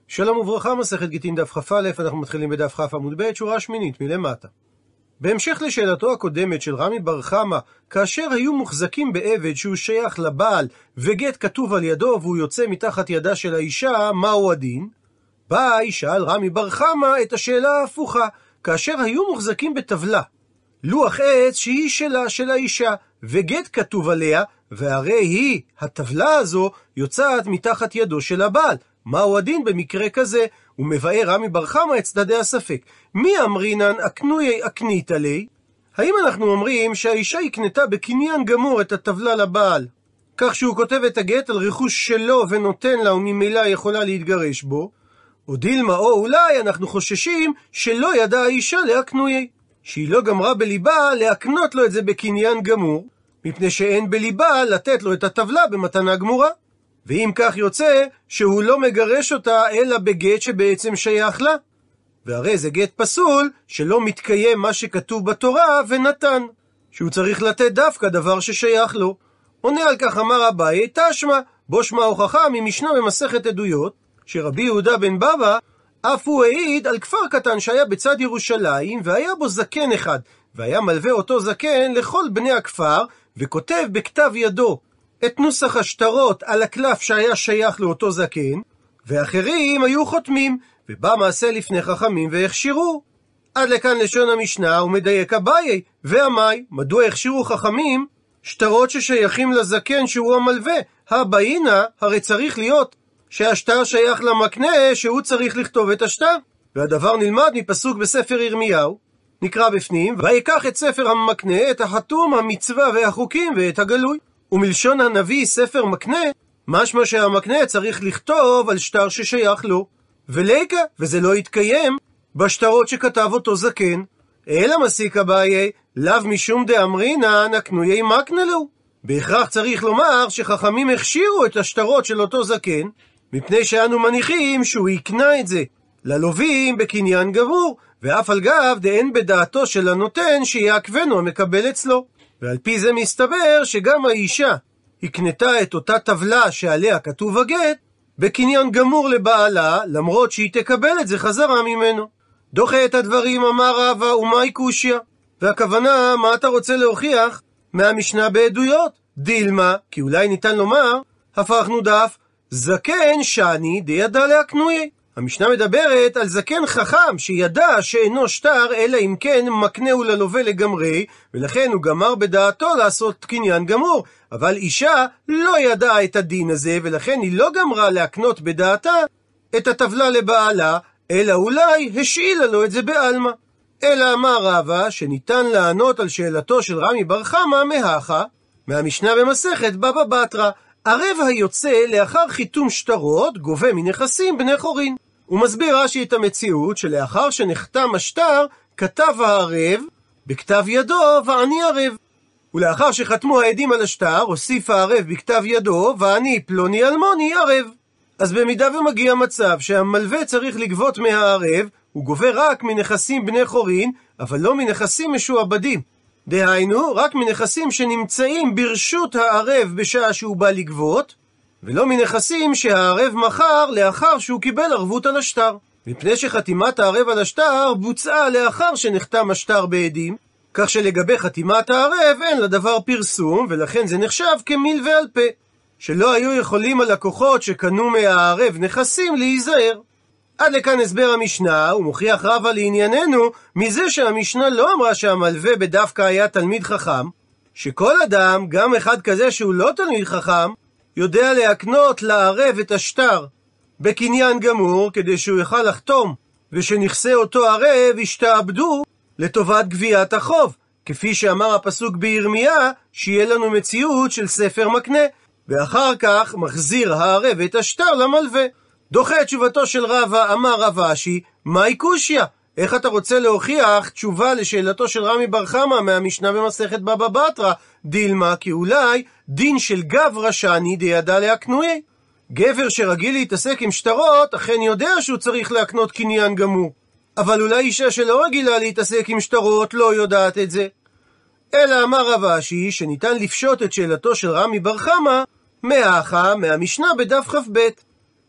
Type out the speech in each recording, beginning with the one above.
שלום וברכה, מסכת גיטין דף כ"א, אנחנו מתחילים בדף כ' עמוד ב', שורה שמינית מלמטה. בהמשך לשאלתו הקודמת של רמי בר חמא, כאשר היו מוחזקים בעבד שהוא שייך לבעל וגט כתוב על ידו והוא יוצא מתחת ידה של האישה, מהו הדין? באי שאל רמי בר חמא את השאלה ההפוכה, כאשר היו מוחזקים בטבלה, לוח עץ שהיא שלה, של האישה, וגט כתוב עליה, והרי היא, הטבלה הזו, יוצאת מתחת ידו של הבעל. מהו הדין במקרה כזה? הוא מבאר רמי בר חמא את צדדי הספק. מי אמרינן אקנויי אקנית עלי? האם אנחנו אומרים שהאישה הקנתה בקניין גמור את הטבלה לבעל, כך שהוא כותב את הגט על רכוש שלו ונותן לה וממילא יכולה להתגרש בו? או דילמה, או אולי אנחנו חוששים שלא ידעה האישה להקנויי, שהיא לא גמרה בליבה להקנות לו את זה בקניין גמור, מפני שאין בליבה לתת לו את הטבלה במתנה גמורה. ואם כך יוצא שהוא לא מגרש אותה אלא בגט שבעצם שייך לה, והרי זה גט פסול שלא מתקיים מה שכתוב בתורה ונתן, שהוא צריך לתת דווקא דבר ששייך לו. עונה על כך אמר אביי תשמע, בו שמע הוכחה ממשנה במסכת עדויות, שרבי יהודה בן בבא אף הוא העיד על כפר קטן שהיה בצד ירושלים, והיה בו זקן אחד, והיה מלווה אותו זקן לכל בני הכפר, וכותב בכתב ידו את נוסח השטרות על הקלף שהיה שייך לאותו זקן, ואחרים היו חותמים, ובא מעשה לפני חכמים והכשירו. עד לכאן לשון המשנה, ומדייק אביי, ועמי, מדוע הכשירו חכמים שטרות ששייכים לזקן שהוא המלווה? הבאינה, הרי צריך להיות שהשטר שייך למקנה שהוא צריך לכתוב את השטר, והדבר נלמד מפסוק בספר ירמיהו, נקרא בפנים, ויקח את ספר המקנה, את החתום, המצווה והחוקים ואת הגלוי. ומלשון הנביא ספר מקנה, משמע שהמקנה צריך לכתוב על שטר ששייך לו, וליקה, וזה לא יתקיים בשטרות שכתב אותו זקן. אלא מסיק אביי, לאו משום דאמרינן אקנויי מקנה לו. בהכרח צריך לומר שחכמים הכשירו את השטרות של אותו זקן, מפני שאנו מניחים שהוא יקנה את זה ללווים בקניין גמור, ואף על גב דאין בדעתו של הנותן שיעכבנו המקבל אצלו. ועל פי זה מסתבר שגם האישה הקנתה את אותה טבלה שעליה כתוב הגט בקניין גמור לבעלה, למרות שהיא תקבל את זה חזרה ממנו. דוחה את הדברים אמר רבא ומאי קושיא, והכוונה מה אתה רוצה להוכיח מהמשנה בעדויות? דילמה, כי אולי ניתן לומר הפכנו דף זקן שאני דידע להקנויי. המשנה מדברת על זקן חכם שידע שאינו שטר אלא אם כן מקנה הוא ללווה לגמרי, ולכן הוא גמר בדעתו לעשות קניין גמור. אבל אישה לא ידעה את הדין הזה, ולכן היא לא גמרה להקנות בדעתה את הטבלה לבעלה, אלא אולי השאילה לו את זה בעלמא. אלא אמר רבא שניתן לענות על שאלתו של רמי בר חמא מהכה, מהמשנה במסכת בבא בתרא, ערב היוצא לאחר חיתום שטרות גובה מנכסים בני חורין. הוא מסביר רש"י את המציאות שלאחר שנחתם השטר כתב הערב בכתב ידו ואני ערב, ולאחר שחתמו העדים על השטר הוסיף הערב בכתב ידו ואני פלוני אלמוני ערב. אז במידה ומגיע מצב שהמלווה צריך לגבות מהערב, הוא גובה רק מנכסים בני חורין, אבל לא מנכסים משועבדים, דהיינו רק מנכסים שנמצאים ברשות הערב בשעה שהוא בא לגבות, ולא מנכסים שהערב מכר לאחר שהוא קיבל ערבות על השטר, מפני שחתימת הערב על השטר בוצעה לאחר שנחתם השטר בעדים, כך שלגבי חתימת הערב אין לדבר פרסום, ולכן זה נחשב כמלווה על פה, שלא היו יכולים הלקוחות שקנו מהערב נכסים להיזהר. עד לכאן הסבר המשנה, ומוכיח רבא לענייננו מזה שהמשנה לא אמרה שהמלווה בדווקא היה תלמיד חכם, שכל אדם, גם אחד כזה שהוא לא תלמיד חכם, יודע להקנות לערב את השטר בקניין גמור כדי שהוא יוכל לחתום, ושנכסי אותו ערב ישתעבדו לטובת גביית החוב, כפי שאמר הפסוק בירמיה שיהיה לנו מציאות של ספר מקנה, ואחר כך מחזיר הערב את השטר למלווה. דוחה את תשובתו של רבא, אמר רב אשי, מאי קושיא? איך אתה רוצה להוכיח תשובה לשאלתו של רמי בר חמא מהמשנה במסכת בבא בתרא? דילמה, כי אולי דין של גב רשני דידע להקנויי. גבר שרגיל להתעסק עם שטרות אכן יודע שהוא צריך להקנות קניין גמור, אבל אולי אישה שלא רגילה להתעסק עם שטרות לא יודעת את זה. אלא אמר רב אשי שניתן לפשוט את שאלתו של רמי בר חמא מהמשנה בדף כ"ב.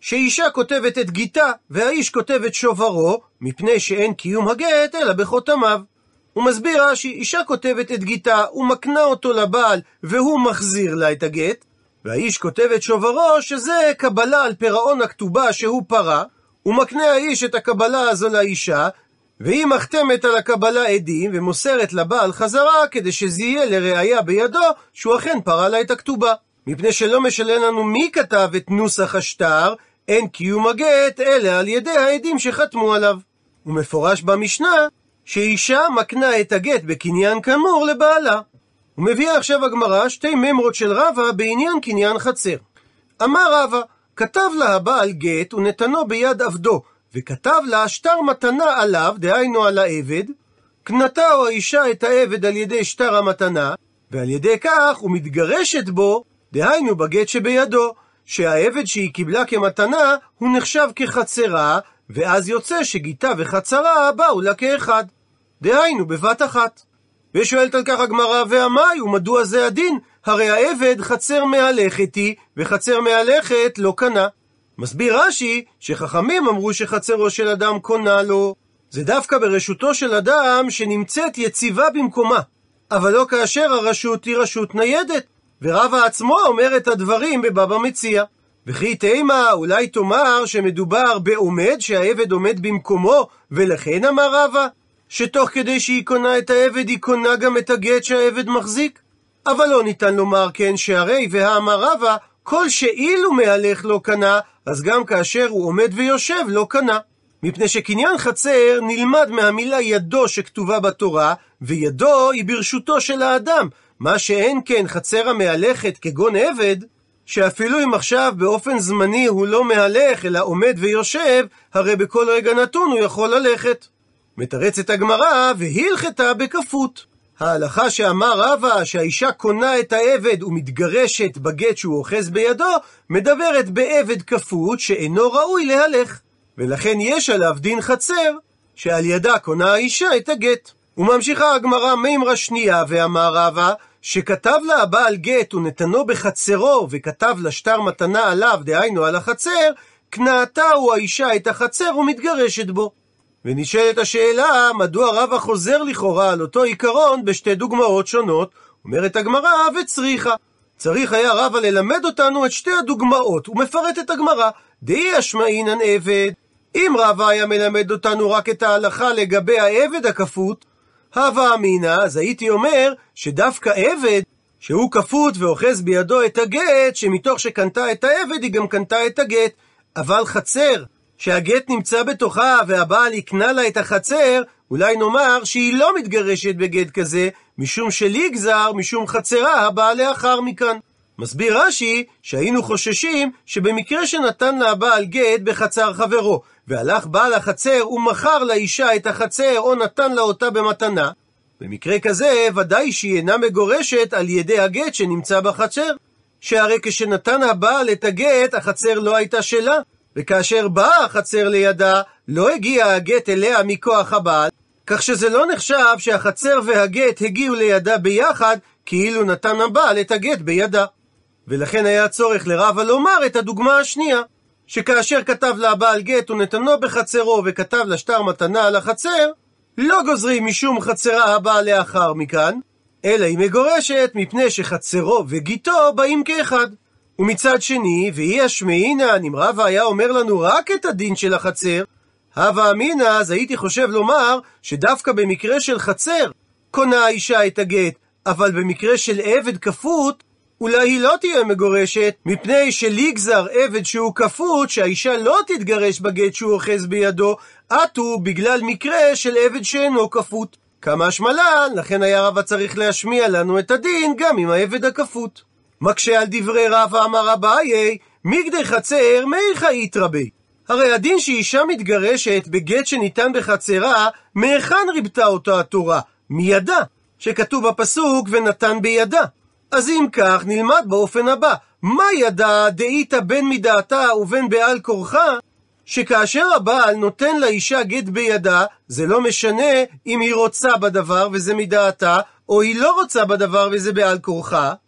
שאישה כותבת את גיתה והאיש כותב את שוברו, מפני שאין קיום הגט אלא בחותמיו. הוא מסביר רש"י, אישה כותבת את גיתה, הוא מקנה אותו לבעל והוא מחזיר לה את הגט, והאיש כותב את שוברו, שזה קבלה על פירעון הכתובה שהוא פרה, הוא מקנה האיש את הקבלה הזו לאישה, והיא מחתמת על הקבלה עדים ומוסרת לבעל חזרה, כדי שזה יהיה לראיה בידו שהוא אכן פרה לה את הכתובה. מפני שלא משנה לנו מי כתב את נוסח השטר, אין קיום הגט אלא על ידי העדים שחתמו עליו. ומפורש במשנה שאישה מקנה את הגט בקניין כאמור לבעלה. הוא מביא עכשיו הגמרא שתי ממרות של רבא בעניין קניין חצר. אמר רבא, כתב לה הבעל גט ונתנו ביד עבדו, וכתב לה שטר מתנה עליו, דהיינו על העבד, קנתה או האישה את העבד על ידי שטר המתנה, ועל ידי כך הוא מתגרשת בו, דהיינו בגט שבידו, שהעבד שהיא קיבלה כמתנה הוא נחשב כחצרה, ואז יוצא שגיתה וחצרה באו לה כאחד, דהיינו בבת אחת. ושואלת על כך הגמרא, והמאי ומדוע זה הדין? הרי העבד חצר מהלכת היא, וחצר מהלכת לא קנה. מסביר רש"י שחכמים אמרו שחצרו של אדם קונה לו, זה דווקא ברשותו של אדם שנמצאת יציבה במקומה, אבל לא כאשר הרשות היא רשות ניידת. ורבא עצמו אומר את הדברים בבבא מציעא. וכי תימא, אולי תאמר שמדובר בעומד, שהעבד עומד במקומו, ולכן אמר רבא שתוך כדי שהיא קונה את העבד היא קונה גם את הגט שהעבד מחזיק. אבל לא ניתן לומר כן, שהרי והאמר רבא כל שאילו מהלך לא קנה, אז גם כאשר הוא עומד ויושב לא קנה. מפני שקניין חצר נלמד מהמילה ידו שכתובה בתורה, וידו היא ברשותו של האדם, מה שאין כן חצר המהלכת כגון עבד, שאפילו אם עכשיו באופן זמני הוא לא מהלך אלא עומד ויושב, הרי בכל רגע נתון הוא יכול ללכת. מתרצת הגמרא, והלכתה בכפות. ההלכה שאמר רבא שהאישה קונה את העבד ומתגרשת בגט שהוא אוחז בידו, מדברת בעבד כפות שאינו ראוי להלך, ולכן יש עליו דין חצר שעל ידה קונה האישה את הגט. וממשיכה הגמרא מימרה שנייה, ואמר רבא שכתב לה הבעל גט ונתנו בחצרו, וכתב לה שטר מתנה עליו, דהיינו על החצר, קנתה הוא האישה את החצר ומתגרשת בו. ונשאלת השאלה, מדוע רבא חוזר לכאורה על אותו עיקרון בשתי דוגמאות שונות? אומרת הגמרא, וצריכה. צריך היה רבא ללמד אותנו את שתי הדוגמאות, ומפרט את הגמרא, דאי אשמעינן עבד. אם רבא היה מלמד אותנו רק את ההלכה לגבי העבד הכפות, הווה אמינא, אז הייתי אומר שדווקא עבד שהוא כפות ואוחז בידו את הגט, שמתוך שקנתה את העבד היא גם קנתה את הגט. אבל חצר שהגט נמצא בתוכה והבעל יקנה לה את החצר, אולי נאמר שהיא לא מתגרשת בגט כזה, משום שליגזר משום חצרה הבאה לאחר מכאן. מסביר רש"י שהיינו חוששים שבמקרה שנתן לה הבעל גט בחצר חברו, והלך בעל החצר ומכר לאישה את החצר או נתן לה אותה במתנה, במקרה כזה ודאי שהיא אינה מגורשת על ידי הגט שנמצא בחצר, שהרי כשנתן הבעל את הגט החצר לא הייתה שלה, וכאשר באה החצר לידה לא הגיע הגט אליה מכוח הבעל, כך שזה לא נחשב שהחצר והגט הגיעו לידה ביחד, כאילו נתן הבעל את הגט בידה. ולכן היה צורך לרבא לומר את הדוגמה השנייה, שכאשר כתב לה הבעל גט ונתנו בחצרו וכתב לה שטר מתנה על החצר, לא גוזרים משום חצרה הבאה לאחר מכאן, אלא היא מגורשת מפני שחצרו וגיתו באים כאחד. ומצד שני, והיא אשמעינן, אם רבא היה אומר לנו רק את הדין של החצר, הווה אמינא, אז הייתי חושב לומר שדווקא במקרה של חצר קונה האישה את הגט, אבל במקרה של עבד כפות אולי היא לא תהיה מגורשת, מפני שליגזר עבד שהוא כפות שהאישה לא תתגרש בגט שהוא אוחז בידו, עטו בגלל מקרה של עבד שאינו כפות. כמה שמלן, לכן היה רבא צריך להשמיע לנו את הדין גם עם העבד הכפות. מקשה על דברי רבא אמר אביי, מגדי חצר מאיכא יתרבה. הרי הדין שאישה מתגרשת בגט שניתן בחצרה, מהיכן ריבתה אותה התורה? מידה, שכתוב בפסוק ונתן בידה. אז אם כך נלמד באופן הבא, מה ידע דאיתא בין מדעתה ובין בעל כורחה, שכאשר הבעל נותן לאישה גט בידה, זה לא משנה אם היא רוצה בדבר וזה מדעתה, או היא לא רוצה בדבר וזה בעל כורחה,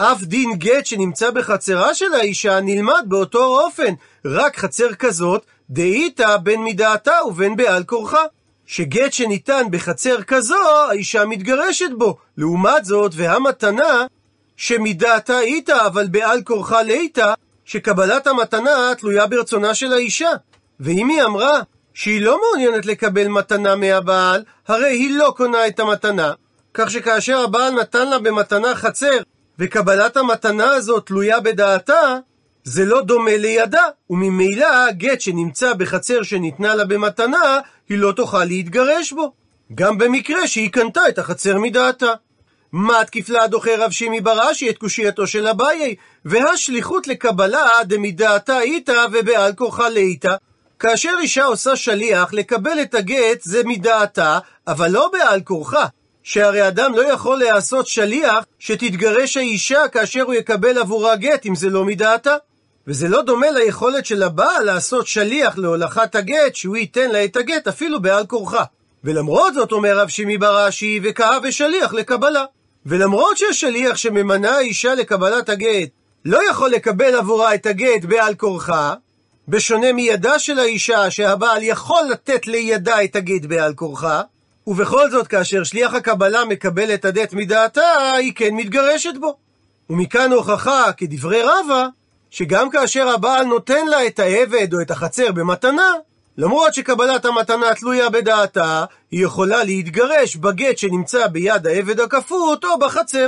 אף דין גט שנמצא בחצרה של האישה נלמד באותו אופן, רק חצר כזאת דאיתה בין מדעתה ובין בעל כורחה. שגט שניתן בחצר כזו, האישה מתגרשת בו. לעומת זאת, והמתנה שמדעתה איתה אבל בעל כורחה לאיתה, שקבלת המתנה תלויה ברצונה של האישה. ואם היא אמרה שהיא לא מעוניינת לקבל מתנה מהבעל, הרי היא לא קונה את המתנה. כך שכאשר הבעל נתן לה במתנה חצר, וקבלת המתנה הזאת תלויה בדעתה, זה לא דומה לידה, וממילא גט שנמצא בחצר שניתנה לה במתנה, היא לא תוכל להתגרש בו, גם במקרה שהיא קנתה את החצר מדעתה. מה תקיפלה דוחה רב שימי בר אשי את קושייתו של אביי, והשליחות לקבלה דמדעתה איתה ובעל כורחה לאיתה. כאשר אישה עושה שליח לקבל את הגט זה מדעתה, אבל לא בעל כורחה, שהרי אדם לא יכול לעשות שליח שתתגרש האישה כאשר הוא יקבל עבורה גט אם זה לא מדעתה. וזה לא דומה ליכולת של הבעל לעשות שליח להולכת הגט שהוא ייתן לה את הגט אפילו בעל כורחה. ולמרות זאת אומר רב שימי בר אשי וכאב ושליח לקבלה. ולמרות שהשליח שממנה האישה לקבלת הגט לא יכול לקבל עבורה את הגט בעל כורחה, בשונה מידה של האישה שהבעל יכול לתת לידה את הגט בעל כורחה, ובכל זאת כאשר שליח הקבלה מקבל את הגט מדעתה, היא כן מתגרשת בו. ומכאן הוכחה כדברי רבא, שגם כאשר הבעל נותן לה את העבד או את החצר במתנה, למרות שקבלת המתנה תלויה בדעתה, היא יכולה להתגרש בגט שנמצא ביד העבד הכפות או בחצר.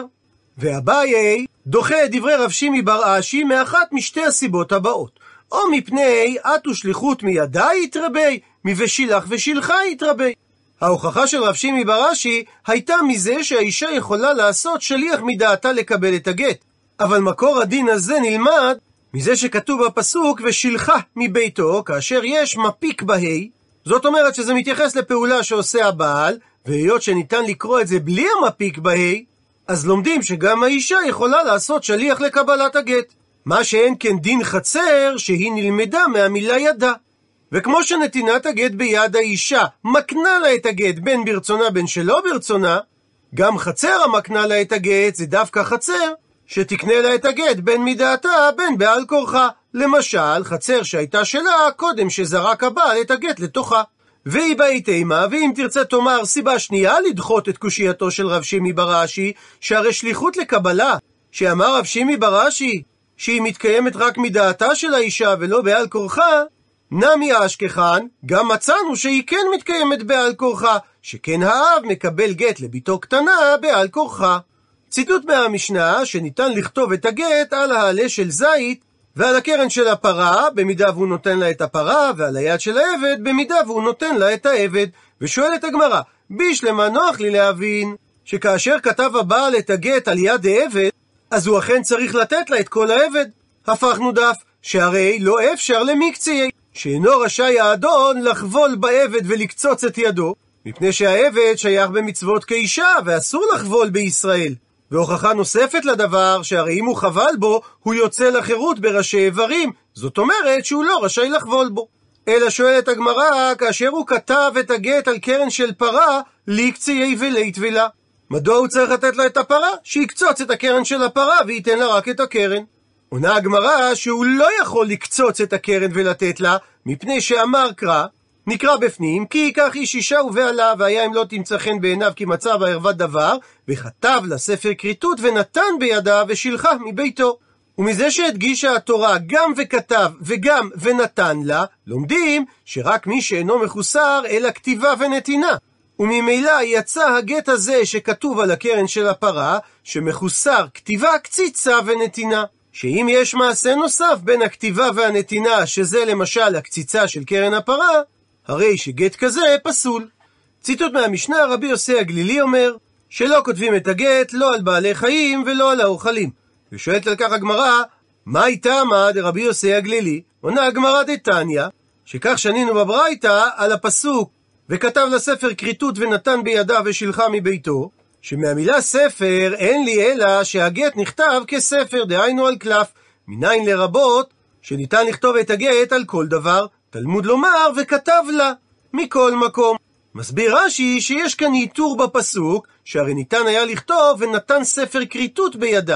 ואביי דוחה את דברי רב שימי בר אשי מאחת משתי הסיבות הבאות. או מפני אתו שליחות מידה יתרבי, מבשילח ושילחה יתרבי. ההוכחה של רב שימי בר אשי הייתה מזה שהאישה יכולה לעשות שליח מדעתה לקבל את הגט. אבל מקור הדין הזה נלמד מזה שכתוב בפסוק ושילחה מביתו, כאשר יש מפיק בהי. זאת אומרת שזה מתייחס לפעולה שעושה הבעל, והיות שניתן לקרוא את זה בלי המפיק בהי, אז לומדים שגם האישה יכולה לעשות שליח לקבלת הגט. מה שאין כן דין חצר שהיא נלמדה מהמילה ידה. וכמו שנתינת הגט ביד האישה מקנה לה את הגט בין ברצונה בין שלא ברצונה, גם חצר המקנה לה את הגט זה דווקא חצר שתקנה לה את הגט בין מדעתה בין בעל כורחה. למשל חצר שהייתה שלה קודם שזרק הבעל את הגט לתוכה. והיא בית אימה, ואם תרצה תאמר סיבה שנייה לדחות את קושייתו של רב שימי בר אשי, שהרי שליחות לקבלה שאמר רב שימי בר אשי שהיא מתקיימת רק מדעתה של האישה ולא בעל כורחה, נמי אשכחן, גם מצאנו שהיא כן מתקיימת בעל כורחה, שכן האב מקבל גט לביתו קטנה בעל כורחה. ציטוט מהמשנה שניתן לכתוב את הגט על העלה של זית ועל הקרן של הפרה במידה והוא נותן לה את הפרה, ועל היד של העבד במידה והוא נותן לה את העבד. ושואלת הגמרא, בישלמה נוח לי להבין שכאשר כתב הבעל את הגט על יד העבד, אז הוא אכן צריך לתת לה את כל העבד. הפכנו דף, שהרי לא אפשר למקצי, שאינו רשאי האדון לחבול בעבד ולקצוץ את ידו, מפני שהעבד שייך במצוות כאישה ואסור לחבול בישראל. והוכחה נוספת לדבר, שהרי אם הוא חבל בו, הוא יוצא לחירות בראשי איברים, זאת אומרת שהוא לא רשאי לחבול בו. אלא שואלת הגמרא, כאשר הוא כתב את הגט על קרן של פרה, לקציי ולהתבילה. מדוע הוא צריך לתת לה את הפרה? שיקצוץ את הקרן של הפרה וייתן לה רק את הקרן. עונה הגמרא שהוא לא יכול לקצוץ את הקרן ולתת לה, מפני שאמר קרא, נקרא בפנים, כי ייקח איש אישה ובעלה, והיה אם לא תמצא חן בעיניו כי מצא בערוות דבר, וכתב לה ספר כריתות ונתן בידה ושילחה מביתו. ומזה שהדגישה התורה גם וכתב וגם ונתן לה, לומדים שרק מי שאינו מחוסר אלא כתיבה ונתינה. וממילא יצא הגט הזה שכתוב על הקרן של הפרה, שמחוסר כתיבה, קציצה ונתינה. שאם יש מעשה נוסף בין הכתיבה והנתינה, שזה למשל הקציצה של קרן הפרה, הרי שגט כזה פסול. ציטוט מהמשנה, רבי יוסי הגלילי אומר, שלא כותבים את הגט לא על בעלי חיים ולא על האוכלים. ושואלת על כך הגמרא, מה הייתה מה דרבי יוסי הגלילי? עונה הגמרא דתניא, שכך שנינו בברייתא על הפסוק, וכתב לספר כריתות ונתן בידה ושילחה מביתו, שמהמילה ספר אין לי אלא שהגט נכתב כספר, דהיינו על קלף, מניין לרבות שניתן לכתוב את הגט על כל דבר, תלמוד לומר וכתב לה, מכל מקום. מסביר רש"י שיש כאן איתור בפסוק, שהרי ניתן היה לכתוב ונתן ספר כריתות בידה,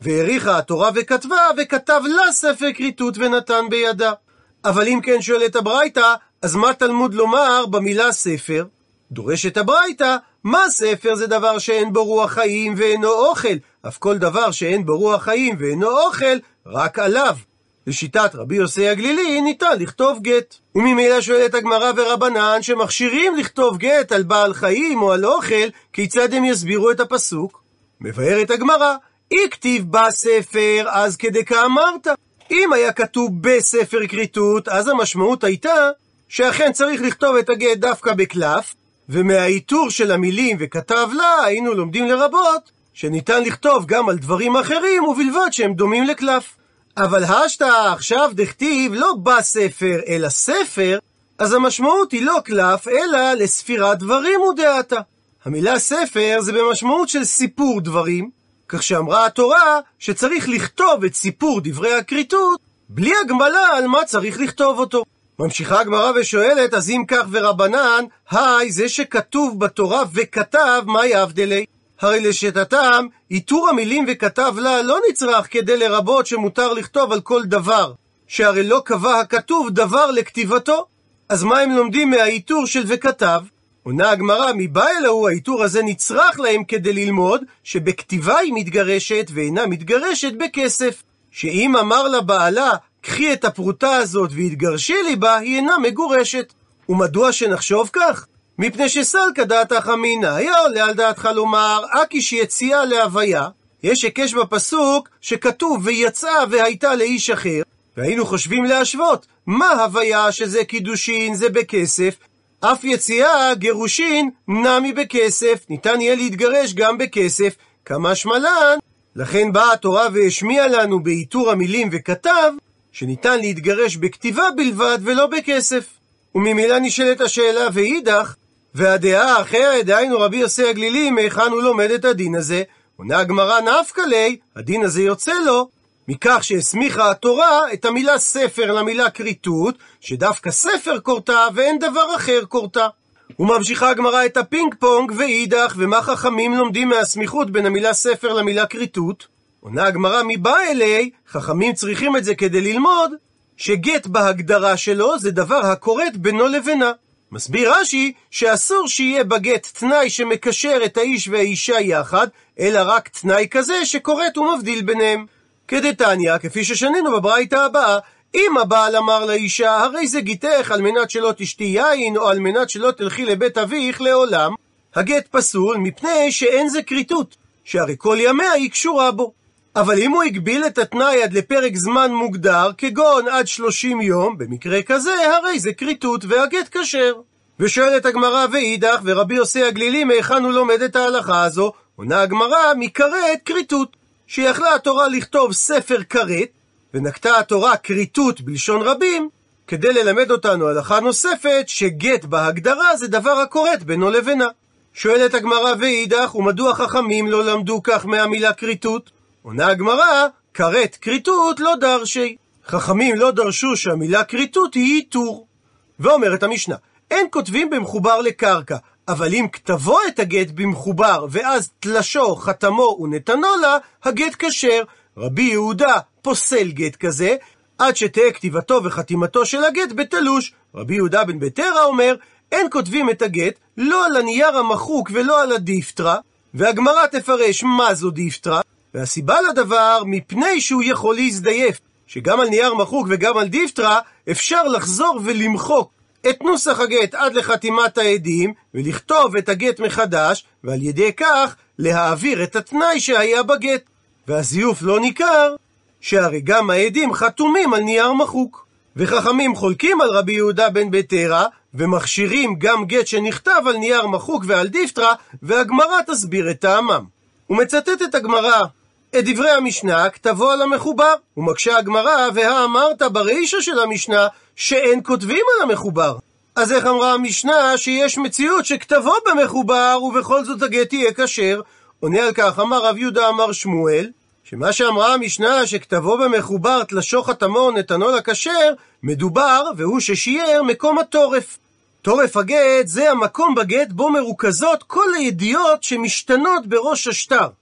והעריכה התורה וכתבה, וכתב לה ספר כריתות ונתן בידה. אבל אם כן שואלת הברייתא, אז מה תלמוד לומר במילה ספר? דורשת הברייתא, מה ספר? זה דבר שאין בו רוח חיים ואינו אוכל, אף כל דבר שאין בו רוח חיים ואינו אוכל, רק עליו. לשיטת רבי יוסי הגלילי ניתן לכתוב גט. וממילא שואלת הגמרא ורבנן שמכשירים לכתוב גט על בעל חיים או על אוכל, כיצד הם יסבירו את הפסוק? מבארת הגמרא, הכתיב בספר אז כדקאמרת. אם היה כתוב בספר כריתות, אז המשמעות הייתה שאכן צריך לכתוב את הגט דווקא בקלף, ומהאיתור של המילים וכתב לה היינו לומדים לרבות שניתן לכתוב גם על דברים אחרים ובלבד שהם דומים לקלף. אבל השתא עכשיו דכתיב לא בספר אלא ספר, אז המשמעות היא לא קלף אלא לספירת דברים ודעתה. המילה ספר זה במשמעות של סיפור דברים, כך שאמרה התורה שצריך לכתוב את סיפור דברי הכריתות בלי הגבלה על מה צריך לכתוב אותו. ממשיכה הגמרא ושואלת, אז אם כך ורבנן, היי, זה שכתוב בתורה וכתב, מה יבדלי? הרי לשיטתם, איתור המילים וכתב לה לא נצרך כדי לרבות שמותר לכתוב על כל דבר, שהרי לא קבע הכתוב דבר לכתיבתו. אז מה הם לומדים מהאיתור של וכתב? עונה הגמרא, מבא אלוהו האיתור הזה נצרך להם כדי ללמוד שבכתיבה היא מתגרשת ואינה מתגרשת בכסף, שאם אמר לה בעלה קחי את הפרוטה הזאת והתגרשי לי בה, היא אינה מגורשת. ומדוע שנחשוב כך? מפני שסלקא דעתך אמינא, היה עולה על דעתך לומר אקיש יציאה להוויה. יש הקש בפסוק שכתוב ויצאה והייתה לאיש אחר, והיינו חושבים להשוות מה הוויה שזה קידושין זה בכסף, אף יציאה גירושין נמי בכסף, ניתן יהיה להתגרש גם בכסף, כמה שמלן. לכן באה התורה והשמיע לנו באיתור המילים וכתב שניתן להתגרש בכתיבה בלבד ולא בכסף. וממילא נשאלת השאלה ואידך, והדעה האחרת, דהיינו רבי יוסי הגלילי, מהיכן הוא לומד את הדין הזה? עונה הגמרא נפקא ליה, הדין הזה יוצא לו מכך שהסמיכה התורה את המילה ספר למילה כריתות, שדווקא ספר קורתה ואין דבר אחר קורתה. וממשיכה הגמרא את הפינג פונג ואידך, ומה חכמים לומדים מהסמיכות בין המילה ספר למילה כריתות? עונה הגמרא מבא אלי, חכמים צריכים את זה כדי ללמוד שגט בהגדרה שלו זה דבר הקורט בינו לבינה. מסביר רש"י שאסור שיהיה בגט תנאי שמקשר את האיש והאישה יחד, אלא רק תנאי כזה שקורט ומבדיל ביניהם. כדתניא, כפי ששנינו בברייתא הבאה, אם הבעל אמר לאישה הרי זה גיתך על מנת שלא תשתי יין או על מנת שלא תלכי לבית אביך לעולם, הגט פסול מפני שאין זה כריתות, שהרי כל ימיה היא קשורה בו. אבל אם הוא הגביל את התנאי עד לפרק זמן מוגדר, כגון עד 30 יום, במקרה כזה הרי זה כריתות והגט כשר. ושואלת הגמרא ואידך, ורבי יוסי הגלילי מהיכן הוא לומד את ההלכה הזו? עונה הגמרא מכרת כריתות, שיכלה התורה לכתוב ספר כרת, ונקטה התורה כריתות בלשון רבים, כדי ללמד אותנו הלכה נוספת שגט בהגדרה זה דבר הקורט בינו לבינה. שואלת הגמרא ואידך, ומדוע חכמים לא למדו כך מהמילה כריתות? עונה הגמרא, כרת כריתות לא דרשי. חכמים לא דרשו שהמילה כריתות היא איתור. ואומרת המשנה, אין כותבים במחובר לקרקע, אבל אם כתבו את הגט במחובר ואז תלשו, חתמו ונתנו לה, הגט כשר. רבי יהודה פוסל גט כזה עד שתהיה כתיבתו וחתימתו של הגט בתלוש. רבי יהודה בן ביתרא אומר, אין כותבים את הגט לא על הנייר המחוק ולא על הדיפטרה, והגמרא תפרש מה זו דיפטרה, והסיבה לדבר מפני שהוא יכול להזדייף, שגם על נייר מחוק וגם על דיפטרה אפשר לחזור ולמחוק את נוסח הגט עד לחתימת העדים ולכתוב את הגט מחדש, ועל ידי כך להעביר את התנאי שהיה בגט, והזיוף לא ניכר שהרי גם העדים חתומים על נייר מחוק. וחכמים חולקים על רבי יהודה בן ביתרא ומכשירים גם גט שנכתב על נייר מחוק ועל דיפטרה, והגמרא תסביר את טעמם. ומצטטת הגמרא את דברי המשנה כתבו על המחובר, ומקשה הגמרא והאמרת ברישה של המשנה שאין כותבים על המחובר. אז איך אמרה המשנה שיש מציאות שכתבו במחובר ובכל זאת הגט יהיה כשר? עונה על כך אמר רב יהודה אמר שמואל, שמה שאמרה המשנה שכתבו במחובר תלשו חתמו נתנו לכשר, מדובר והוא ששיער מקום התורף. תורף הגט זה המקום בגט בו מרוכזות כל הידיעות שמשתנות בראש השטר.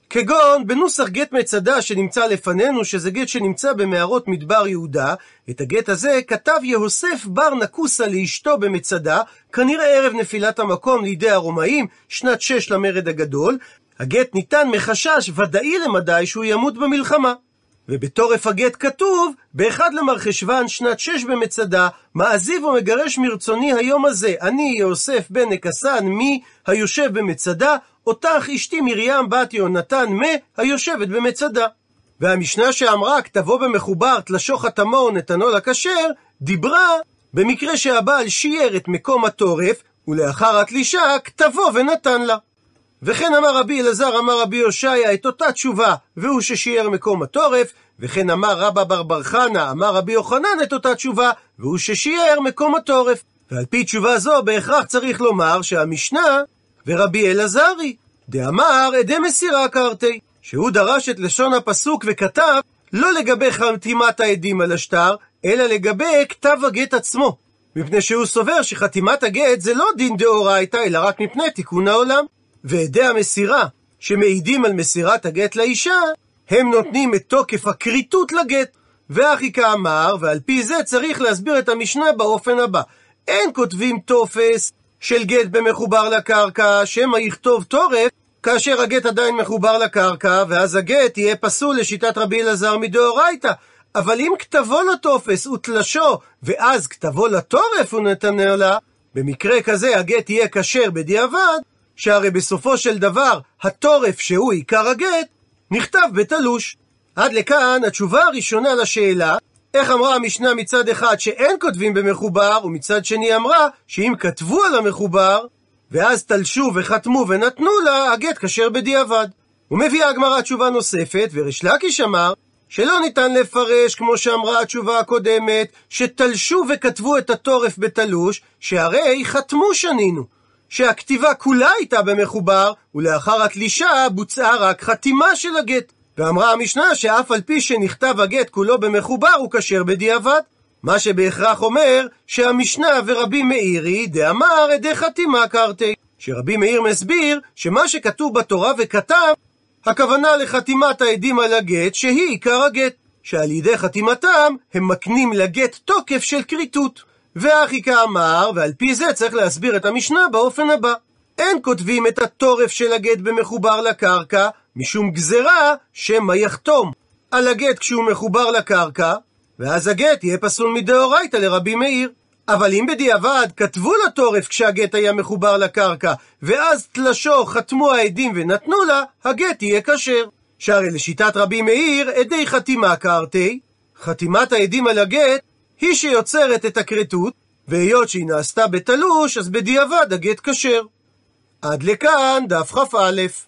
כגון בנוסח גט מצדה שנמצא לפנינו, שזה גט שנמצא במערות מדבר יהודה. את הגט הזה כתב יהוסף בר נקוסה לאשתו במצדה, כנראה ערב נפילת המקום לידי הרומאים, שנת 6 למרד הגדול. הגט ניתן מחשש ודאי למדי שהוא ימות במלחמה. ובתורף הגט כתוב, באחד למרחשוון שנת 6 במצדה, מעזיב ומגרש מרצוני היום הזה, אני יהוסף בן נקסן מי היושב במצדה, אותך אשתי מרים בת יהונתן מה היושבת במצדה. והמשנה שאמרה כתבו במחובר תלשו חתמו ונתנו לכשר, דיברה במקרה שהבעל שייר את מקום התורף, ולאחר התלישה כתבו ונתן לה. וכן אמר רבי אלעזר אמר רבי יושעיה את אותה תשובה, והוא ששייר מקום התורף. וכן אמר רבא בר חנא אמר רבי יוחנן את אותה תשובה, והוא ששייר מקום התורף. ועל פי תשובה זו בהכרח צריך לומר שהמשנה ורבי אלעזרי דאמר עדי מסירה קרתי, שהוא דרש את לשון הפסוק וכתב לא לגבי חתימת העדים על השטר, אלא לגבי כתב הגט עצמו, מפני שהוא סובר שחתימת הגט זה לא דין דאורייתא אלא רק מפני תיקון העולם. ועדי המסירה שמעידים על מסירת הגט לאישה, הם נותנים את תוקף הכריתות לגט. ואחי כאמר, ועל פי זה צריך להסביר את המשנה באופן הבא: אין כותבים תופס של גט במחובר לקרקע, שמא יכתוב תורף כאשר הגט עדיין מחובר לקרקע, ואז הגט יהיה פסול לשיטת רבי אלעזר מדאורייתא. אבל אם כתבו לתופס ותלשו, ואז כתבו לתורף ונתנה לה, במקרה כזה הגט יהיה כשר בדיעבד, שהרי בסופו של דבר התורף שהוא עיקר הגט נכתב בתלוש. עד לכאן התשובה הראשונה לשאלה איך אמרה המשנה מצד אחד שאין כותבים במחובר, ומצד שני אמרה שאם כתבו על המחובר ואז תלשו וחתמו ונתנו לה, הגט כשר בדיעבד. ומביאה הגמרא תשובה נוספת, וריש לקיש אמר שלא ניתן לפרש כמו שאמרה התשובה הקודמת שתלשו וכתבו את התורף בתלוש, שהרי חתמו שנינו, שהכתיבה כולה הייתה במחובר, ולאחר התלישה בוצעה רק חתימה של הגט. ואמרה המשנה שאף על פי שנכתב הגט כולו במחובר הוא כשר בדיעבד, מה שבהכרח אומר שהמשנה ורבי מאירי דאמר עדי חתימה קרתי, שרבי מאיר מסביר שמה שכתוב בתורה וכתב, הכוונה לחתימת העדים על הגט שהיא עיקר הגט, שעל ידי חתימתם הם מקנים לגט תוקף של כריתות. ואחי כאמר, ועל פי זה צריך להסביר את המשנה באופן הבא: אין כותבים את התורף של הגט במחובר לקרקע, משום גזרה שמא יחתום על הגט כשהוא מחובר לקרקע, ואז הגט יהיה פסול מדאורייתא לרבי מאיר. אבל אם בדיעבד כתבו לתורף כשהגט היה מחובר לקרקע, ואז תלשו חתמו העדים ונתנו לה, הגט יהיה כשר. שהרי לשיטת רבי מאיר עדי חתימה קרתי, חתימת העדים על הגט היא שיוצרת את הכריתות, והיות שהיא נעשתה בתלוש אז בדיעבד הגט כשר. עד לכאן דף כ"א.